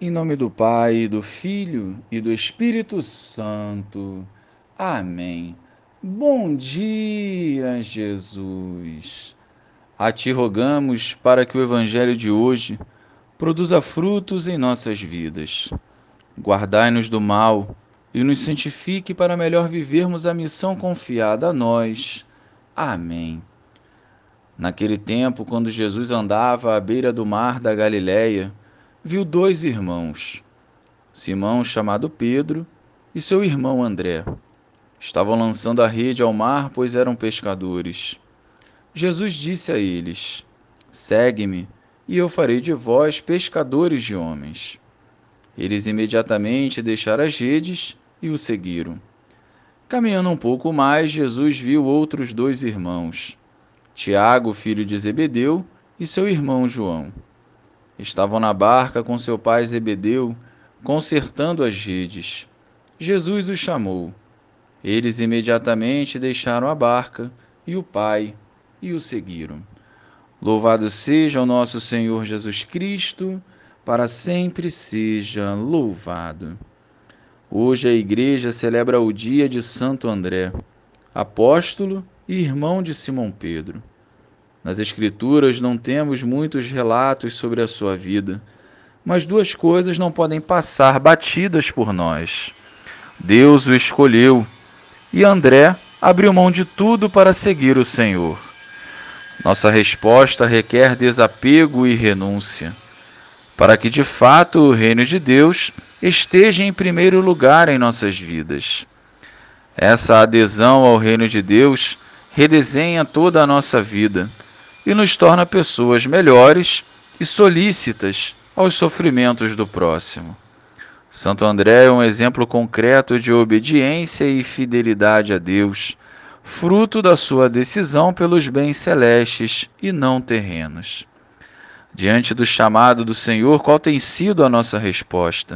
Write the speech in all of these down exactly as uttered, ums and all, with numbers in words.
Em nome do Pai, do Filho e do Espírito Santo. Amém. Bom dia, Jesus. A Ti rogamos para que o Evangelho de hoje produza frutos em nossas vidas. Guardai-nos do mal e nos santifique para melhor vivermos a missão confiada a nós. Amém. Naquele tempo, quando Jesus andava à beira do mar da Galileia, viu dois irmãos, Simão, chamado Pedro, e seu irmão André. Estavam lançando a rede ao mar, pois eram pescadores. Jesus disse a eles: Segue-me, e eu farei de vós pescadores de homens. Eles imediatamente deixaram as redes e o seguiram. Caminhando um pouco mais, Jesus viu outros dois irmãos, Tiago, filho de Zebedeu, e seu irmão João. Estavam na barca com seu pai Zebedeu, consertando as redes. Jesus os chamou. Eles imediatamente deixaram a barca e o pai e o seguiram. Louvado seja o nosso Senhor Jesus Cristo, para sempre seja louvado. Hoje a igreja celebra o dia de Santo André, apóstolo e irmão de Simão Pedro. Nas Escrituras não temos muitos relatos sobre a sua vida, mas duas coisas não podem passar batidas por nós. Deus o escolheu e André abriu mão de tudo para seguir o Senhor. Nossa resposta requer desapego e renúncia, para que de fato o reino de Deus esteja em primeiro lugar em nossas vidas. Essa adesão ao reino de Deus redesenha toda a nossa vida e nos torna pessoas melhores e solícitas aos sofrimentos do próximo. Santo André é um exemplo concreto de obediência e fidelidade a Deus, fruto da sua decisão pelos bens celestes e não terrenos. Diante do chamado do Senhor, qual tem sido a nossa resposta?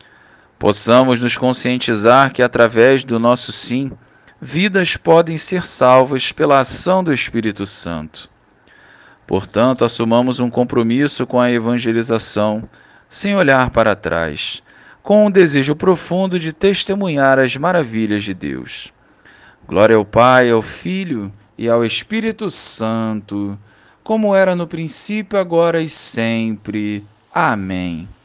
Possamos nos conscientizar que, através do nosso sim, vidas podem ser salvas pela ação do Espírito Santo. Portanto, assumamos um compromisso com a evangelização, sem olhar para trás, com um desejo profundo de testemunhar as maravilhas de Deus. Glória ao Pai, ao Filho e ao Espírito Santo, como era no princípio, agora e sempre. Amém.